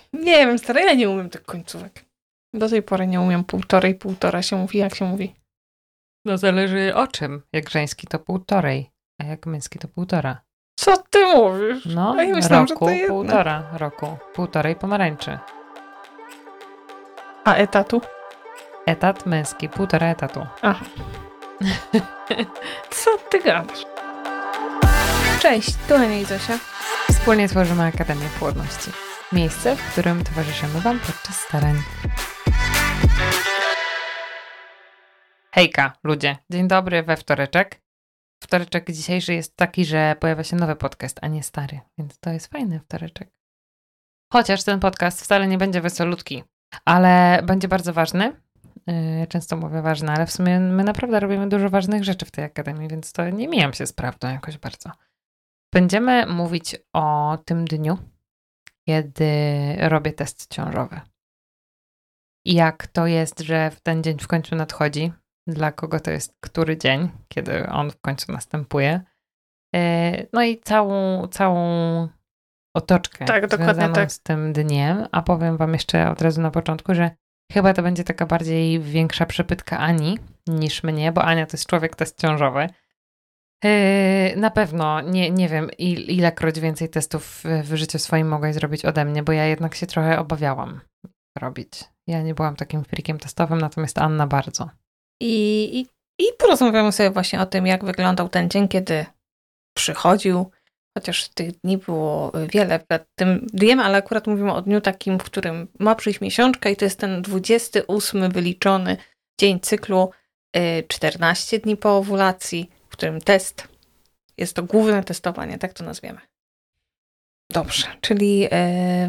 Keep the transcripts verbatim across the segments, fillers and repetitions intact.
Nie wiem, stary, ja nie umiem tych końcówek. Do tej pory nie umiem. Półtorej, półtora się mówi, jak się mówi. No zależy o czym. Jak żeński to półtorej, a jak męski to półtora. Co ty mówisz? No, a ja myślałam, roku, że to jedno. półtora roku. Półtorej pomarańczy. A etatu? Etat męski, półtora etatu. Aha. Co ty gadasz? Cześć, tu Ania i Zosia. Wspólnie tworzymy Akademię Płodności. Miejsce, w którym towarzyszymy Wam podczas starań. Hejka, ludzie. Dzień dobry we wtoreczek. Wtoreczek dzisiejszy jest taki, że pojawia się nowy podcast, a nie stary. Więc to jest fajny wtoreczek. Chociaż ten podcast wcale nie będzie wesolutki, ale będzie bardzo ważny. Yy, często mówię ważny, ale w sumie my naprawdę robimy dużo ważnych rzeczy w tej Akademii, więc to nie mijam się z prawdą jakoś bardzo. Będziemy mówić o tym dniu, kiedy robię test ciążowy. I jak to jest, że w ten dzień w końcu nadchodzi, dla kogo to jest który dzień, kiedy on w końcu następuje. No i całą, całą otoczkę tak, związaną tak. z tym dniem. A powiem Wam jeszcze od razu na początku, że chyba to będzie taka bardziej większa przepytka Ani niż mnie, bo Ania to jest człowiek test ciążowy. Na pewno, nie, nie wiem ilekroć więcej testów w życiu swoim mogłaś zrobić ode mnie, bo ja jednak się trochę obawiałam robić. Ja nie byłam takim freakiem testowym, natomiast Anna bardzo. I, i, i porozmawiamy sobie właśnie o tym, jak wyglądał ten dzień, kiedy przychodził, chociaż tych dni było wiele przed tym dniem, ale akurat mówimy o dniu takim, w którym ma przyjść miesiączka i to jest ten dwudziesty ósmy wyliczony dzień cyklu, czternaście dni po owulacji, w którym test, jest to główne testowanie, tak to nazwiemy. Dobrze, czyli yy,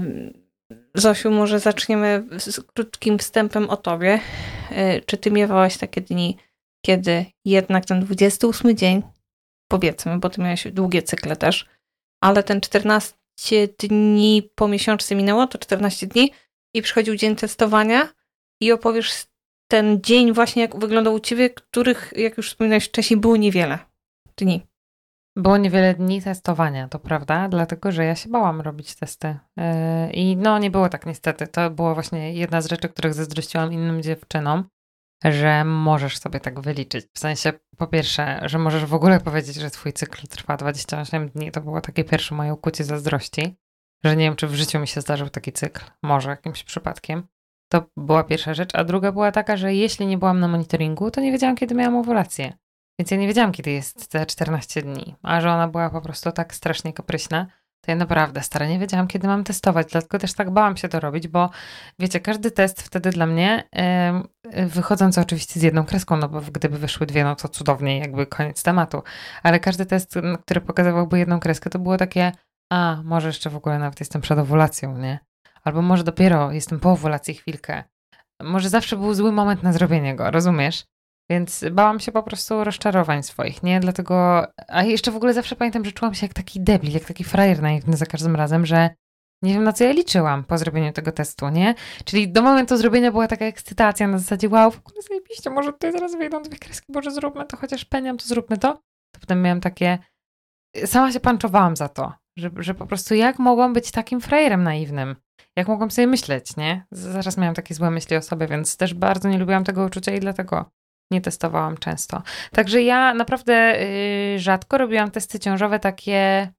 Zosiu, może zaczniemy z krótkim wstępem o tobie. Yy, czy ty miewałaś takie dni, kiedy jednak ten dwudziesty ósmy dzień, powiedzmy, bo ty miałaś długie cykle też, ale ten czternaście dni po miesiączce minęło, to czternaście dni i przychodził dzień testowania i opowiesz ten dzień właśnie, jak wyglądał u ciebie, których, jak już wspominałeś wcześniej, było niewiele dni. Było niewiele dni testowania, to prawda, dlatego, że ja się bałam robić testy. Yy, I no, nie było tak niestety. To była właśnie jedna z rzeczy, których zazdrościłam innym dziewczynom, że możesz sobie tak wyliczyć. W sensie, po pierwsze, że możesz w ogóle powiedzieć, że twój cykl trwa dwadzieścia osiem dni. To było takie pierwsze moje ukucie zazdrości, że nie wiem, czy w życiu mi się zdarzył taki cykl. Może jakimś przypadkiem. To była pierwsza rzecz, a druga była taka, że jeśli nie byłam na monitoringu, to nie wiedziałam, kiedy miałam owulację. Więc ja nie wiedziałam, kiedy jest te czternaście dni. A że ona była po prostu tak strasznie kapryśna, to ja naprawdę stara nie wiedziałam, kiedy mam testować. Dlatego też tak bałam się to robić, bo wiecie, każdy test wtedy dla mnie, yy, wychodząc oczywiście z jedną kreską, no bo gdyby wyszły dwie, no to cudownie, jakby koniec tematu. Ale każdy test, który pokazywałby jedną kreskę, to było takie, a może jeszcze w ogóle nawet jestem przed owulacją, nie? Albo może dopiero jestem po owulacji chwilkę. Może zawsze był zły moment na zrobienie go, rozumiesz? Więc bałam się po prostu rozczarowań swoich, nie? Dlatego, a jeszcze w ogóle zawsze pamiętam, że czułam się jak taki debil, jak taki frajer naiwny za każdym razem, że nie wiem, na co ja liczyłam po zrobieniu tego testu, nie? Czyli do momentu zrobienia była taka ekscytacja na zasadzie, wow, w ogóle zajebiście, może tutaj zaraz wyjdą dwie kreski, może zróbmy to, chociaż peniam, to zróbmy to. To potem miałam takie, sama się panczowałam za to, że, że po prostu jak mogłam być takim frajerem naiwnym? Jak mogłam sobie myśleć, nie? Zaraz miałam takie złe myśli o sobie, więc też bardzo nie lubiłam tego uczucia i dlatego nie testowałam często. Także ja naprawdę yy, rzadko robiłam testy ciążowe takie,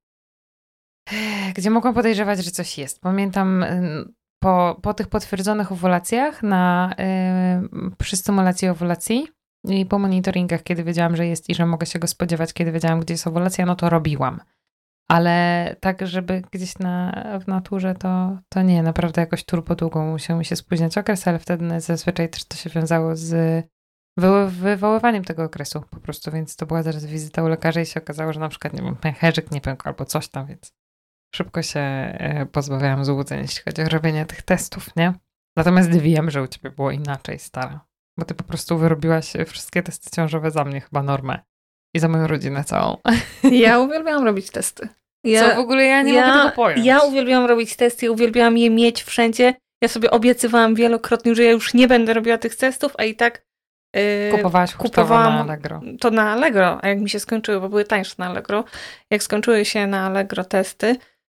yy, gdzie mogłam podejrzewać, że coś jest. Pamiętam yy, po, po tych potwierdzonych owulacjach na, yy, przy stymulacji owulacji i po monitoringach, kiedy wiedziałam, że jest i że mogę się go spodziewać, kiedy wiedziałam, gdzie jest owulacja, no to robiłam. Ale tak, żeby gdzieś na, w naturze, to, to nie. Naprawdę jakoś turbo długo musiał mi się spóźniać okres, ale wtedy zazwyczaj też to się wiązało z wy, wywoływaniem tego okresu po prostu, więc to była zaraz wizyta u lekarza i się okazało, że na przykład, nie wiem, pęcherzyk nie pękł albo coś tam, więc szybko się pozbawiałam złudzeń, jeśli chodzi o robienie tych testów, nie? Natomiast wiem, że u ciebie było inaczej, stara, bo ty po prostu wyrobiłaś wszystkie testy ciążowe za mnie, chyba normę. I za moją rodzinę całą. Ja uwielbiam robić testy. Ja, Co w ogóle ja nie ja, mogę tego pojąć. Ja uwielbiam robić testy, ja uwielbiam je mieć wszędzie. Ja sobie obiecywałam wielokrotnie, że ja już nie będę robiła tych testów, a i tak yy, kupowałaś kupowałam na Allegro. To na Allegro, a jak mi się skończyły, bo były tańsze na Allegro, jak skończyły się na Allegro testy,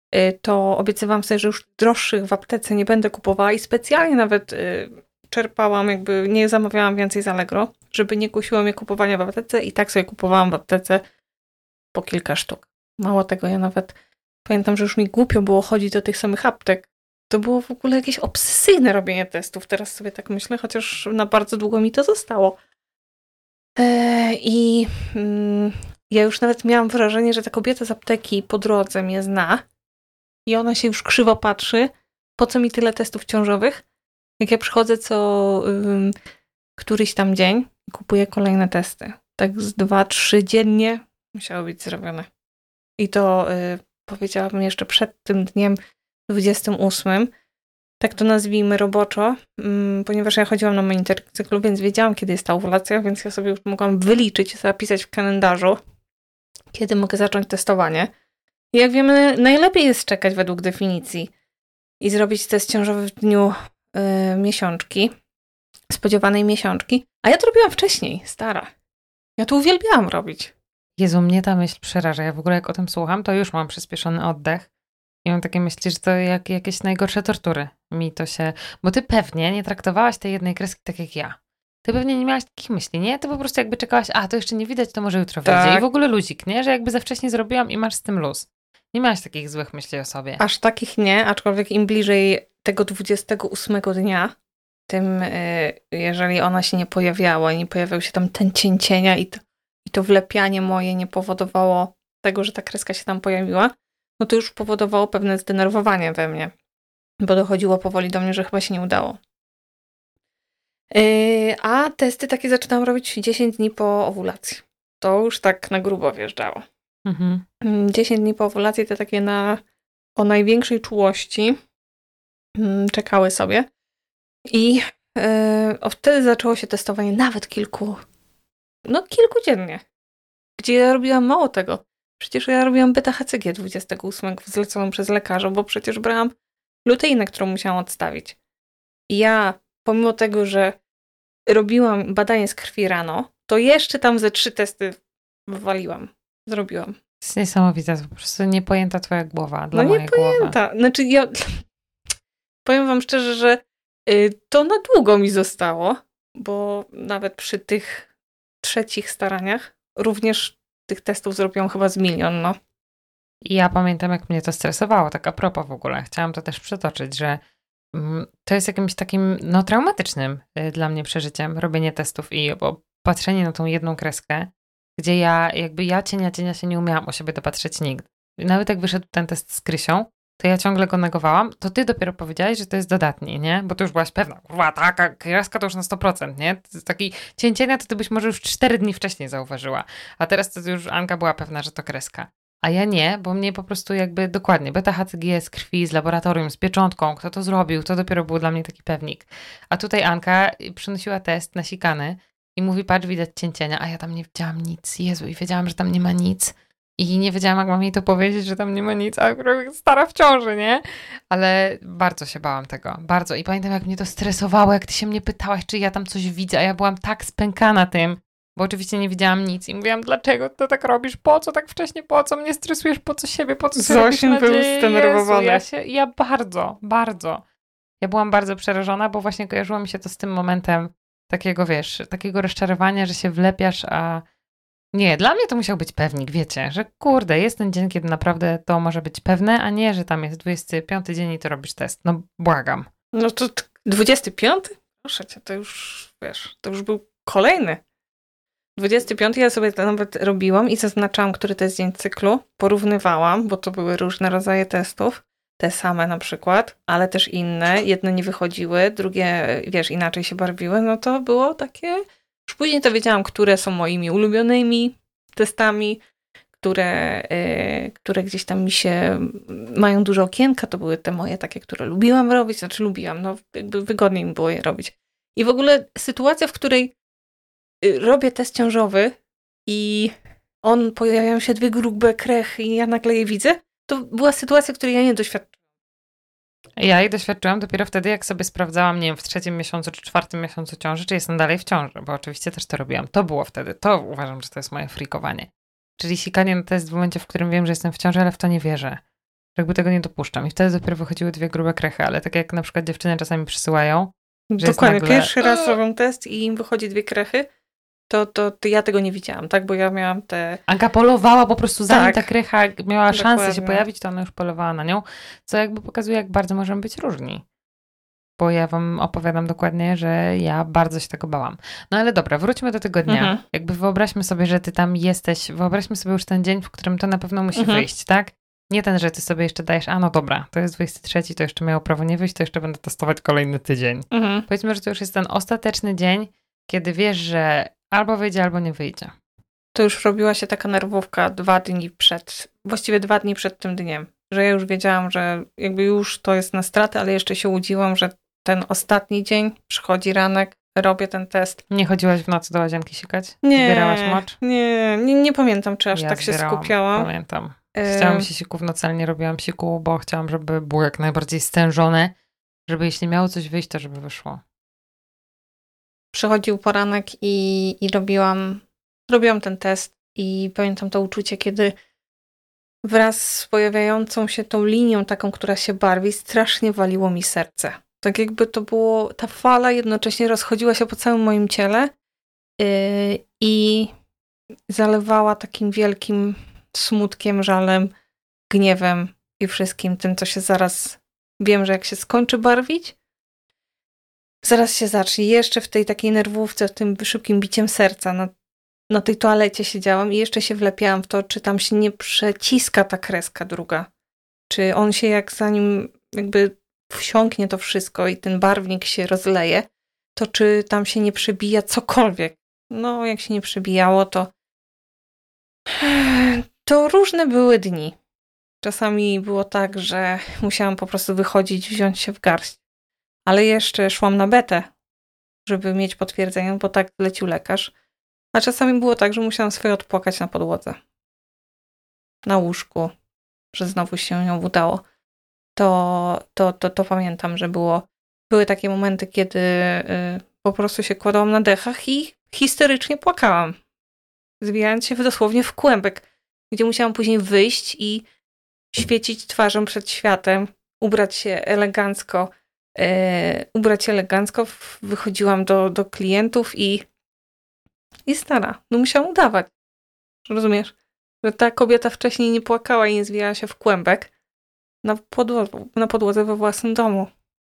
to obiecywałam sobie, że już droższych w aptece nie będę kupowała i specjalnie nawet czerpałam, jakby nie zamawiałam więcej z Allegro, żeby nie kusiło mnie kupowania w aptece i tak sobie kupowałam w aptece po kilka sztuk. Mało tego, ja nawet pamiętam, że już mi głupio było chodzić do tych samych aptek. To było w ogóle jakieś obsesyjne robienie testów. Teraz sobie tak myślę, chociaż na bardzo długo mi to zostało. Eee, I mm, ja już nawet miałam wrażenie, że ta kobieta z apteki po drodze mnie zna i ona się już krzywo patrzy. Po co mi tyle testów ciążowych? Jak ja przychodzę co ym, któryś tam dzień i kupuję kolejne testy. Tak z dwa, trzy dziennie musiały być zrobione. I to y, powiedziałabym jeszcze przed tym dniem dwudziestym ósmym. Tak to nazwijmy roboczo, ym, ponieważ ja chodziłam na monitoring cyklu, więc wiedziałam, kiedy jest ta owulacja, więc ja sobie już mogłam wyliczyć, zapisać w kalendarzu, kiedy mogę zacząć testowanie. I jak wiemy, najlepiej jest czekać według definicji i zrobić test ciążowy w dniu y, miesiączki, spodziewanej miesiączki. A ja to robiłam wcześniej, stara. Ja to uwielbiałam robić. Jezu, mnie ta myśl przeraża. Ja w ogóle jak o tym słucham, to już mam przyspieszony oddech. I mam takie myśli, że to jak jakieś najgorsze tortury mi to się... Bo ty pewnie nie traktowałaś tej jednej kreski tak jak ja. Ty pewnie nie miałaś takich myśli, nie? Ty po prostu jakby czekałaś, a to jeszcze nie widać, to może jutro tak. wyjdzie. I w ogóle luzik, nie? Że jakby za wcześnie zrobiłam i masz z tym luz. Nie miałaś takich złych myśli o sobie. Aż takich nie, aczkolwiek im bliżej tego dwudziestego ósmego dnia, tym yy, jeżeli ona się nie pojawiała, nie pojawiał się tam ten cień cienia i to, i to wlepianie moje nie powodowało tego, że ta kreska się tam pojawiła, no to już powodowało pewne zdenerwowanie we mnie, bo dochodziło powoli do mnie, że chyba się nie udało. Yy, a testy takie zaczynam robić dziesięć dni po owulacji. To już tak na grubo wjeżdżało. Mhm. dziesięć dni po owulacji to takie na o największej czułości czekały sobie. I yy, wtedy zaczęło się testowanie nawet kilku, no kilkudziennie. Gdzie ja robiłam mało tego. Przecież ja robiłam beta-H C G dwudziestego ósmego zleconą przez lekarza, bo przecież brałam luteinę, którą musiałam odstawić. I ja, pomimo tego, że robiłam badanie z krwi rano, to jeszcze tam ze trzy testy wywaliłam. Zrobiłam. To jest niesamowite, to po prostu niepojęta twoja głowa dla no mojej niepojęta. głowy. Znaczy ja powiem wam szczerze, że y, to na długo mi zostało, bo nawet przy tych trzecich staraniach również tych testów zrobiłam chyba z milion, no. I ja pamiętam, jak mnie to stresowało, tak a propos w ogóle. Chciałam to też przytoczyć, że mm, to jest jakimś takim, no traumatycznym y, dla mnie przeżyciem, robienie testów i bo patrzenie na tą jedną kreskę, gdzie ja, jakby ja cienia cienia się nie umiałam o siebie dopatrzeć nigdy. I nawet jak wyszedł ten test z Krysią, to ja ciągle go negowałam, to ty dopiero powiedziałeś, że to jest dodatni, nie? Bo ty już byłaś pewna, kurwa, taka kreska to już na sto procent, nie? Taki cień cienia to ty byś może już cztery dni wcześniej zauważyła. A teraz to już Anka była pewna, że to kreska. A ja nie, bo mnie po prostu jakby dokładnie beta-H C G z krwi, z laboratorium, z pieczątką, kto to zrobił, to dopiero był dla mnie taki pewnik. A tutaj Anka przynosiła test nasikany i mówi, patrz, widać cień cienia, a ja tam nie widziałam nic. Jezu, i wiedziałam, że tam nie ma nic. I nie wiedziałam, jak mam jej to powiedzieć, że tam nie ma nic, a stara w ciąży, nie? Ale bardzo się bałam tego, bardzo. I pamiętam, jak mnie to stresowało, jak ty się mnie pytałaś, czy ja tam coś widzę, a ja byłam tak spękana tym, bo oczywiście nie widziałam nic i mówiłam, dlaczego ty tak robisz, po co tak wcześnie, po co mnie stresujesz, po co siebie, po co sobie robisz nadzieję? był zdenerwowany. Ja, się, ja bardzo, bardzo. Ja byłam bardzo przerażona, bo właśnie kojarzyło mi się to z tym momentem takiego, wiesz, takiego rozczarowania, że się wlepiasz, a nie, dla mnie to musiał być pewnik, wiecie, że kurde, jest ten dzień, kiedy naprawdę to może być pewne, a nie, że tam jest dwudziesty piąty dzień i to robisz test. No błagam. No to dwudziesty piąty? Proszę cię, to już, wiesz, to już był kolejny. dwudziesty piąty ja sobie to nawet robiłam i zaznaczałam, który to jest dzień cyklu. Porównywałam, bo to były różne rodzaje testów. Te same na przykład, ale też inne. Jedne nie wychodziły, drugie, wiesz, inaczej się barwiły. No to było takie... Już później to wiedziałam, które są moimi ulubionymi testami, które, yy, które gdzieś tam mi się... Mają dużo okienka. To były te moje takie, które lubiłam robić. Znaczy lubiłam, no jakby wygodniej mi było je robić. I w ogóle sytuacja, w której robię test ciążowy i on, pojawiają się dwie grube krechy i ja nagle je widzę, to była sytuacja, której ja nie doświadczyłam. Ja jej doświadczyłam dopiero wtedy, jak sobie sprawdzałam, nie wiem, w trzecim miesiącu czy czwartym miesiącu ciąży, czy jestem dalej w ciąży, bo oczywiście też to robiłam. To było wtedy. To uważam, że to jest moje frikowanie. Czyli sikanie na test w momencie, w którym wiem, że jestem w ciąży, ale w to nie wierzę. Jakby tego nie dopuszczam. I wtedy dopiero wychodziły dwie grube krechy, ale tak jak na przykład dziewczyny czasami przysyłają, że Dokładnie, nagle... pierwszy raz robią test i im wychodzi dwie krechy, to, to, to ja tego nie widziałam, tak? Bo ja miałam te... Aga polowała po prostu, zanim tak. ta krecha miała szansę Dokładnie. się pojawić, to ona już polowała na nią, co jakby pokazuje, jak bardzo możemy być różni. Bo ja wam opowiadam dokładnie, że ja bardzo się tego bałam. No ale dobra, wróćmy do tego dnia. Mhm. Jakby wyobraźmy sobie, że ty tam jesteś, wyobraźmy sobie już ten dzień, w którym to na pewno musi Mhm. wyjść, tak? Nie ten, że ty sobie jeszcze dajesz, a no dobra, to jest dwudziesty trzeci, to jeszcze miało prawo nie wyjść, to jeszcze będę testować kolejny tydzień. Mhm. Powiedzmy, że to już jest ten ostateczny dzień, kiedy wiesz, że albo wyjdzie, albo nie wyjdzie. To już robiła się taka nerwówka dwa dni przed, właściwie dwa dni przed tym dniem, że ja już wiedziałam, że jakby już to jest na stratę, ale jeszcze się łudziłam, że ten ostatni dzień, przychodzi ranek, robię ten test. Nie chodziłaś w nocy do łazienki sikać? Nie, Zbierałaś mocz? nie, nie, nie pamiętam, czy aż Ja tak się zbierałam, skupiałam. Pamiętam. Ym, Chciałam się siku w nocy, ale nie robiłam siku, bo chciałam, żeby było jak najbardziej stężone, żeby jeśli miało coś wyjść, to żeby wyszło. Przychodził poranek i, i robiłam, robiłam ten test i pamiętam to uczucie, kiedy wraz z pojawiającą się tą linią taką, która się barwi, strasznie waliło mi serce. Tak jakby to było, ta fala jednocześnie rozchodziła się po całym moim ciele yy, i zalewała takim wielkim smutkiem, żalem, gniewem i wszystkim tym, co się zaraz, wiem, że jak się skończy barwić, zaraz się zacznie. Jeszcze w tej takiej nerwówce, w tym szybkim biciem serca na, na tej toalecie siedziałam i jeszcze się wlepiałam w to, czy tam się nie przeciska ta kreska druga. Czy on się jak zanim jakby wsiąknie to wszystko i ten barwnik się rozleje, to czy tam się nie przebija cokolwiek. No, jak się nie przebijało, to to różne były dni. Czasami było tak, że musiałam po prostu wychodzić, wziąć się w garść. Ale jeszcze szłam na betę, żeby mieć potwierdzenie, bo tak lecił lekarz. A czasami było tak, że musiałam swoje odpłakać na podłodze. Na łóżku, że znowu się ją udało. To, to, to, to pamiętam, że było, były takie momenty, kiedy y, po prostu się kładłam na dechach i histerycznie płakałam. Zwijając się dosłownie w kłębek, gdzie musiałam później wyjść i świecić twarzą przed światem, ubrać się elegancko, e, ubrać się elegancko, wychodziłam do, do klientów i i stara, no musiałam udawać. Rozumiesz? Że ta kobieta wcześniej nie płakała i nie zwijała się w kłębek na podłodze, na podłodze we własnym domu.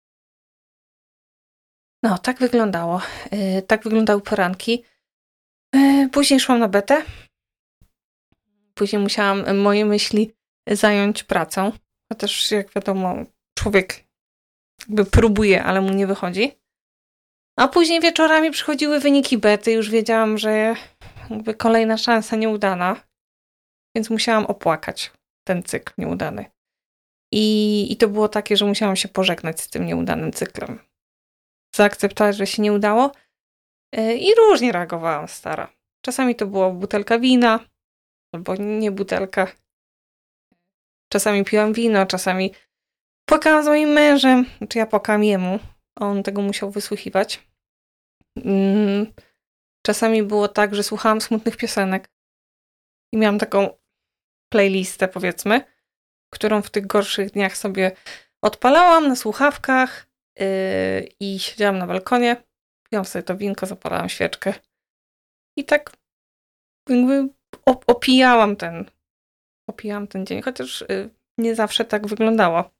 No, tak wyglądało. Yy, tak wyglądały poranki. Yy, później szłam na betę. Później musiałam moje myśli zająć pracą. Chociaż jak wiadomo, człowiek jakby próbuje, ale mu nie wychodzi. A później wieczorami przychodziły wyniki bety. Już wiedziałam, że jakby kolejna szansa nieudana. Więc musiałam opłakać ten cykl nieudany. I, I to było takie, że musiałam się pożegnać z tym nieudanym cyklem. Zaakceptować, że się nie udało. Yy, I różnie reagowałam, stara. Czasami to była butelka wina, albo nie butelka. Czasami piłam wino, czasami płakałam z moim mężem. Znaczy ja płakałam jemu. On tego musiał wysłuchiwać. Mm. Czasami było tak, że słuchałam smutnych piosenek. I miałam taką playlistę, powiedzmy, którą w tych gorszych dniach sobie odpalałam na słuchawkach yy, i siedziałam na balkonie. Piłam sobie to winko, zapalałam świeczkę. I tak jakby opijałam ten opijałam ten dzień, chociaż yy, nie zawsze tak wyglądało.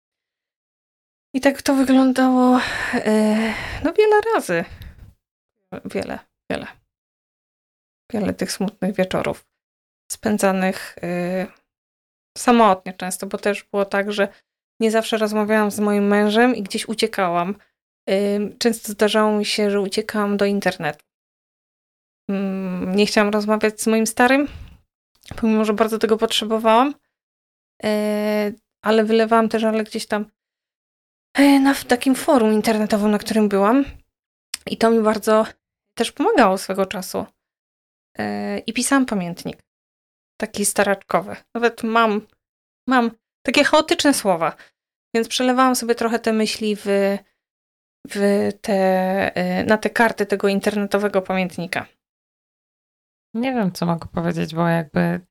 I tak to wyglądało yy, no wiele razy. Wiele, wiele. Wiele tych smutnych wieczorów spędzanych yy, samotnie często, bo też było tak, że nie zawsze rozmawiałam z moim mężem i gdzieś uciekałam. Yy, często zdarzało mi się, że uciekałam do internetu. Yy, nie chciałam rozmawiać z moim starym, pomimo, że bardzo tego potrzebowałam, yy, ale wylewałam też, ale gdzieś tam yy, na w takim forum internetowym, na którym byłam. I to mi bardzo też pomagało swego czasu. Yy, I pisałam pamiętnik. Taki staraczkowy. Nawet mam, mam takie chaotyczne słowa. Więc przelewałam sobie trochę te myśli w, w te, na te karty tego internetowego pamiętnika. Nie wiem, co mogę powiedzieć, bo jakby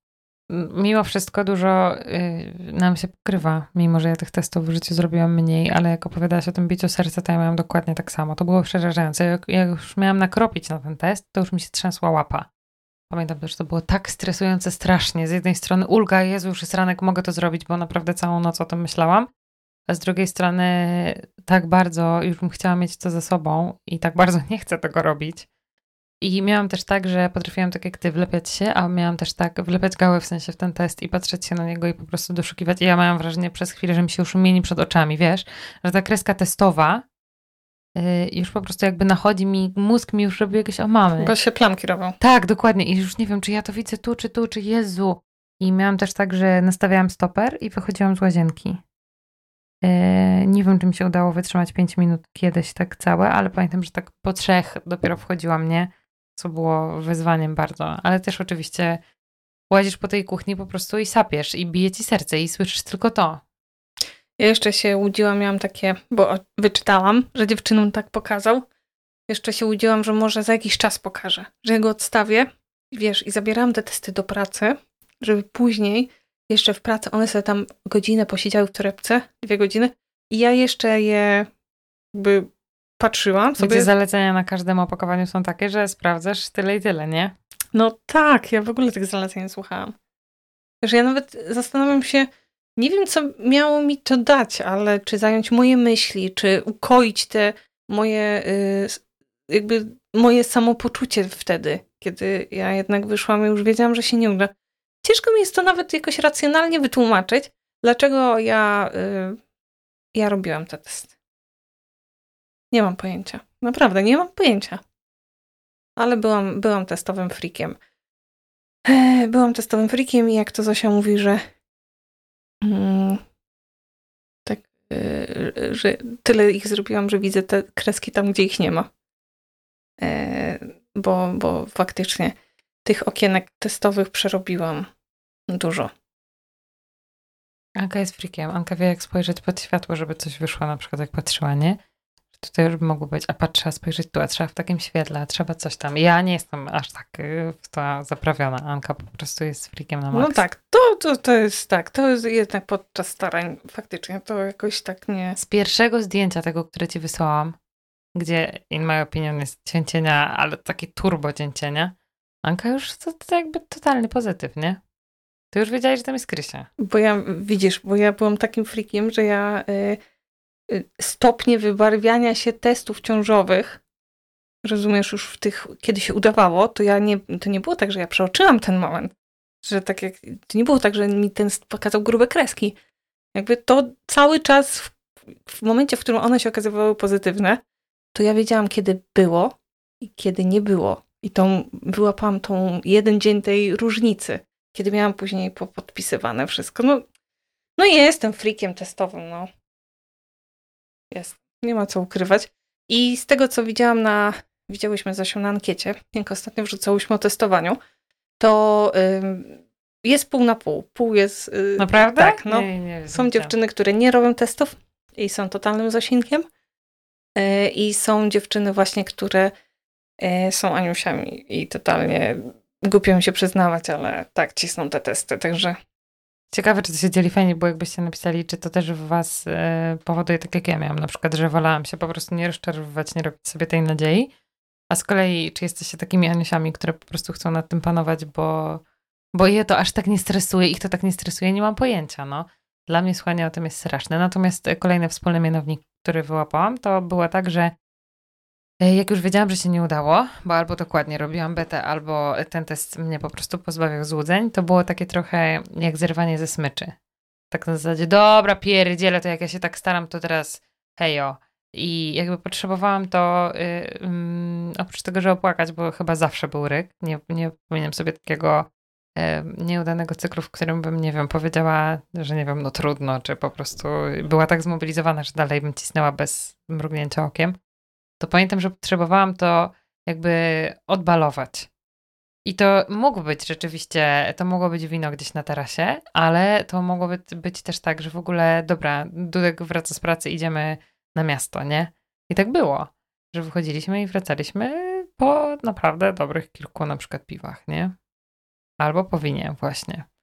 mimo wszystko dużo y, nam się pokrywa, mimo że ja tych testów w życiu zrobiłam mniej, ale jak opowiadałaś o tym biciu serca, to ja miałam dokładnie tak samo. To było przerażające. Jak, jak już miałam nakropić na ten test, to już mi się trzęsła łapa. Pamiętam też, że to było tak stresujące strasznie. Z jednej strony ulga, Jezu, już jest ranek, mogę to zrobić, bo naprawdę całą noc o tym myślałam. A z drugiej strony tak bardzo już bym chciała mieć to ze sobą i tak bardzo nie chcę tego robić. I miałam też tak, że potrafiłam tak jak ty wlepiać się, a miałam też tak wlepiać gałę w sensie w ten test i patrzeć się na niego i po prostu doszukiwać. I ja miałam wrażenie przez chwilę, że mi się już mieni przed oczami, wiesz, że ta kreska testowa yy, już po prostu jakby nachodzi mi, mózg mi już robi jakieś omamy. Bo się plamki robią. Tak, dokładnie. I już nie wiem, czy ja to widzę tu, czy tu, czy Jezu. I miałam też tak, że nastawiałam stoper i wychodziłam z łazienki. Yy, nie wiem, czy mi się udało wytrzymać pięć minut kiedyś tak całe, ale pamiętam, że tak po trzech dopiero wchodziłam, nie? Co było wyzwaniem bardzo. Ale też oczywiście łazisz po tej kuchni po prostu i sapiesz i bije ci serce i słyszysz tylko to. Ja jeszcze się łudziłam, miałam takie, bo wyczytałam, że dziewczynom tak pokazał. Jeszcze się łudziłam, że może za jakiś czas pokażę, że ja go odstawię, wiesz, i zabierałam te testy do pracy, żeby później jeszcze w pracy, one sobie tam godzinę posiedziały w torebce, dwie godziny i ja jeszcze je jakby patrzyłam sobie. Gdzie zalecenia na każdym opakowaniu są takie, że sprawdzasz tyle i tyle, nie? No tak, ja w ogóle tych zaleceń nie słuchałam. Że ja nawet zastanawiam się, nie wiem, co miało mi to dać, ale czy zająć moje myśli, czy ukoić te moje, jakby moje samopoczucie wtedy, kiedy ja jednak wyszłam i już wiedziałam, że się nie uda. Ciężko mi jest to nawet jakoś racjonalnie wytłumaczyć, dlaczego ja, ja robiłam te testy. Nie mam pojęcia. Naprawdę, nie mam pojęcia. Ale byłam, byłam testowym freakiem. Byłam testowym freakiem i jak to Zosia mówi, że mm, tak, yy, że tyle ich zrobiłam, że widzę te kreski tam, gdzie ich nie ma. Yy, bo, bo faktycznie tych okienek testowych przerobiłam dużo. Anka jest freakiem. Anka wie, jak spojrzeć pod światło, żeby coś wyszło, na przykład jak patrzyła, nie? Tutaj już by mogło być, a patrz, trzeba spojrzeć tu, a trzeba w takim świetle, a trzeba coś tam. Ja nie jestem aż tak w to zaprawiona. Anka po prostu jest freakiem na maks. No tak, to, to, to jest tak, to jest jednak podczas starań faktycznie, to jakoś tak nie... Z pierwszego zdjęcia tego, które ci wysłałam, gdzie in my opinion jest cięcienia, ale takie turbo cięcienia, Anka już to, to jakby totalny pozytyw, nie? Ty już wiedziałeś, że tam jest Krysia. Bo ja, widzisz, bo ja byłam takim freakiem, że ja... Y, stopnie wybarwiania się testów ciążowych, rozumiesz, już w tych, kiedy się udawało, to ja nie, to nie było tak, że ja przeoczyłam ten moment, że tak jak, to nie było tak, że mi ten pokazał grube kreski. Jakby to cały czas w, w momencie, w którym one się okazywały pozytywne, to ja wiedziałam, kiedy było i kiedy nie było. I tą, wyłapałam tą jeden dzień tej różnicy, kiedy miałam później podpisywane wszystko. No, no jestem freakiem testowym, no. Jest. Nie ma co ukrywać. I z tego, co widziałam na, widziałyśmy Zosią na ankiecie, jak ostatnio wrzucałyśmy o testowaniu, to y, jest pół na pół. Pół jest... Y, Naprawdę? Tak, no. Nie, nie, nie, są nie dziewczyny, które nie robią testów i są totalnym Zosinkiem. Y, I są dziewczyny właśnie, które y, są Aniusiami i totalnie głupio mi się przyznawać, ale tak, cisną te testy, także... Ciekawe, czy to się dzieli fajnie, bo jakbyście napisali, czy to też w was y, powoduje tak, jak ja miałam, na przykład, że wolałam się po prostu nie rozczarowywać, nie robić sobie tej nadziei, a z kolei, czy jesteście takimi Aniusiami, które po prostu chcą nad tym panować, bo, bo je to aż tak nie stresuje, ich to tak nie stresuje, nie mam pojęcia, no. Dla mnie słuchanie o tym jest straszne. Natomiast kolejny wspólny mianownik, który wyłapałam, to było tak, że jak już wiedziałam, że się nie udało, bo albo dokładnie robiłam betę, albo ten test mnie po prostu pozbawiał złudzeń, to było takie trochę jak zerwanie ze smyczy. Tak na zasadzie, dobra, pierdzielę, to jak ja się tak staram, to teraz hejo. I jakby potrzebowałam to, yy, yy, oprócz tego, że opłakać, bo chyba zawsze był ryk, nie, nie powinienem sobie takiego yy, nieudanego cyklu, w którym bym, nie wiem, powiedziała, że nie wiem, no trudno, czy po prostu była tak zmobilizowana, że dalej bym cisnęła bez mrugnięcia okiem. To pamiętam, że potrzebowałam to jakby odbalować. I to mogło być rzeczywiście, to mogło być wino gdzieś na tarasie, ale to mogło być, być też tak, że w ogóle, dobra, Dudek wraca z pracy, idziemy na miasto, nie? I tak było, że wychodziliśmy i wracaliśmy po naprawdę dobrych kilku na przykład piwach, nie? Albo po winie właśnie.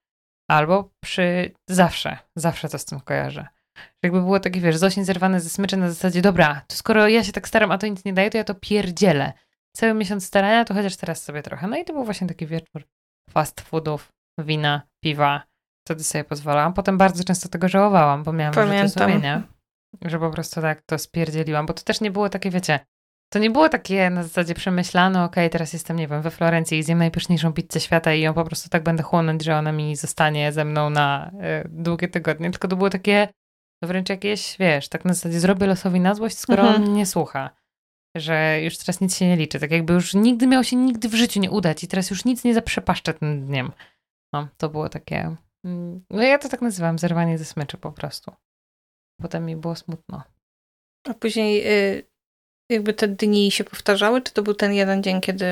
albo przy... Zawsze, zawsze to z tym kojarzę. Jakby było takie, wiesz, zośnie zerwane ze smyczy na zasadzie, dobra, to skoro ja się tak staram, a to nic nie daje, to ja to pierdzielę. Cały miesiąc starania, to chociaż teraz sobie trochę. No i to był właśnie taki wieczór fast foodów, wina, piwa. Wtedy sobie pozwalałam. Potem bardzo często tego żałowałam, bo miałam wyrzuty sumienia, że po prostu tak to spierdzieliłam, bo to też nie było takie, wiecie, to nie było takie na zasadzie przemyślane, okej, okay, teraz jestem, nie wiem, we Florencji i zjem najpyszniejszą pizzę świata i ją po prostu tak będę chłonąć, że ona mi zostanie ze mną na y, długie tygodnie, tylko to było takie, no wręcz jakieś, wiesz, tak na zasadzie zrobię losowi na złość, skoro mhm. on mnie nie słucha, że już teraz nic się nie liczy, tak jakby już nigdy miało się nigdy w życiu nie udać i teraz już nic nie zaprzepaszczę tym dniem. No, to było takie, no ja to tak nazywam, zerwanie ze smyczy po prostu. Potem mi było smutno. A później y, jakby te dni się powtarzały, czy to był ten jeden dzień, kiedy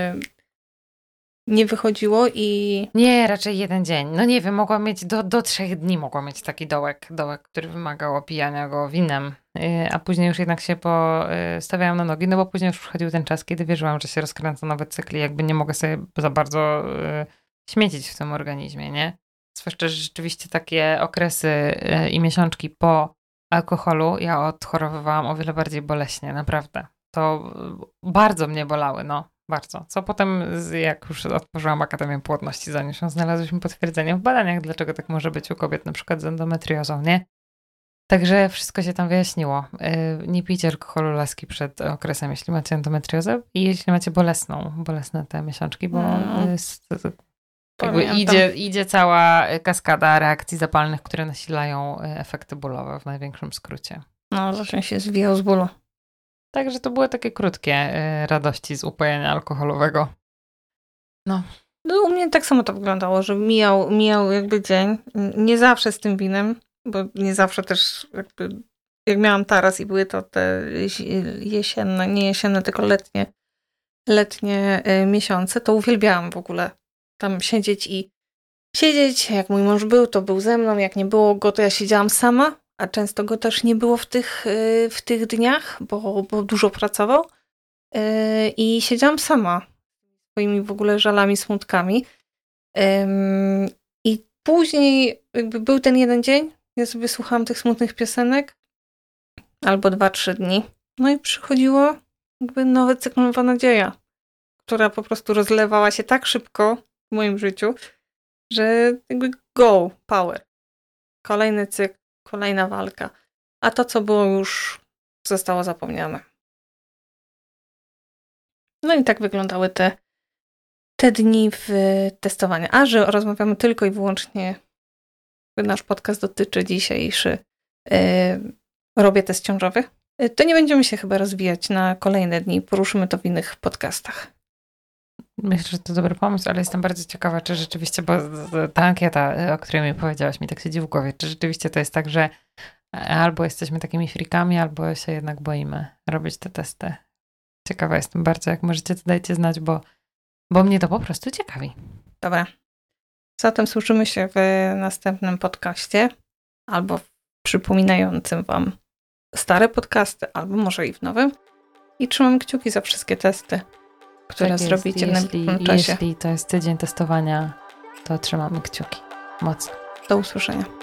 nie wychodziło i... Nie, raczej jeden dzień. No nie wiem, mogłam mieć do, do trzech dni mogłam mieć taki dołek, dołek, który wymagał opijania go winem, y, a później już jednak się postawiałam na nogi, no bo później już przychodził ten czas, kiedy wierzyłam, że się rozkręca nowy cykl i jakby nie mogę sobie za bardzo y, śmiecić w tym organizmie, nie? Zwłaszcza, że rzeczywiście takie okresy y, i miesiączki po alkoholu ja odchorowywałam o wiele bardziej boleśnie, naprawdę. To bardzo mnie bolały, no, bardzo. Co potem, jak już otworzyłam Akademię Płodności, zanim się znalazłyśmy potwierdzenie w badaniach, dlaczego tak może być u kobiet na przykład z endometriozą, nie? Także wszystko się tam wyjaśniło. Nie pijcie alkoholu, laski, przed okresem, jeśli macie endometriozę i jeśli macie bolesną, bolesne te miesiączki, bo mm. jest, jakby idzie, idzie cała kaskada reakcji zapalnych, które nasilają efekty bólowe w największym skrócie. No, zacznie się zwijał z bólu. Także to były takie krótkie y, radości z upojenia alkoholowego. No. No u mnie tak samo to wyglądało, że mijał, mijał jakby dzień. Nie zawsze z tym winem, bo nie zawsze też jakby, jak miałam taras i były to te jesienne, nie jesienne, tylko letnie, letnie y, miesiące, to uwielbiałam w ogóle tam siedzieć i siedzieć. Jak mój mąż był, to był ze mną. Jak nie było go, to ja siedziałam sama. A często go też nie było w tych, w tych dniach, bo, bo dużo pracował. I siedziałam sama swoimi w ogóle żalami, smutkami. I później jakby był ten jeden dzień, ja sobie słuchałam tych smutnych piosenek, albo dwa, trzy dni. No i przychodziło jakby nowy cykl, nowa nadzieja, która po prostu rozlewała się tak szybko w moim życiu, że jakby go, power. Kolejny cykl, kolejna walka. A to, co było, już zostało zapomniane. No i tak wyglądały te, te dni w testowania. A że rozmawiamy tylko i wyłącznie, nasz podcast dotyczy dzisiejszy, yy, robię test ciążowy, yy, to nie będziemy się chyba rozwijać na kolejne dni. Poruszymy to w innych podcastach. Myślę, że to dobry pomysł, ale jestem bardzo ciekawa, czy rzeczywiście, bo ta ankieta, o której mi powiedziałaś, mi tak siedzi w głowie, czy rzeczywiście to jest tak, że albo jesteśmy takimi frikami, albo się jednak boimy robić te testy. Ciekawa jestem bardzo, jak możecie, to dajcie znać, bo, bo mnie to po prostu ciekawi. Dobra. Zatem słyszymy się w następnym podcaście, albo w przypominającym wam stare podcasty, albo może i w nowym. I trzymam kciuki za wszystkie testy, które tak zrobicie w najbliższym czasie. Jeśli to jest tydzień testowania, to trzymamy kciuki. Mocno. Do usłyszenia.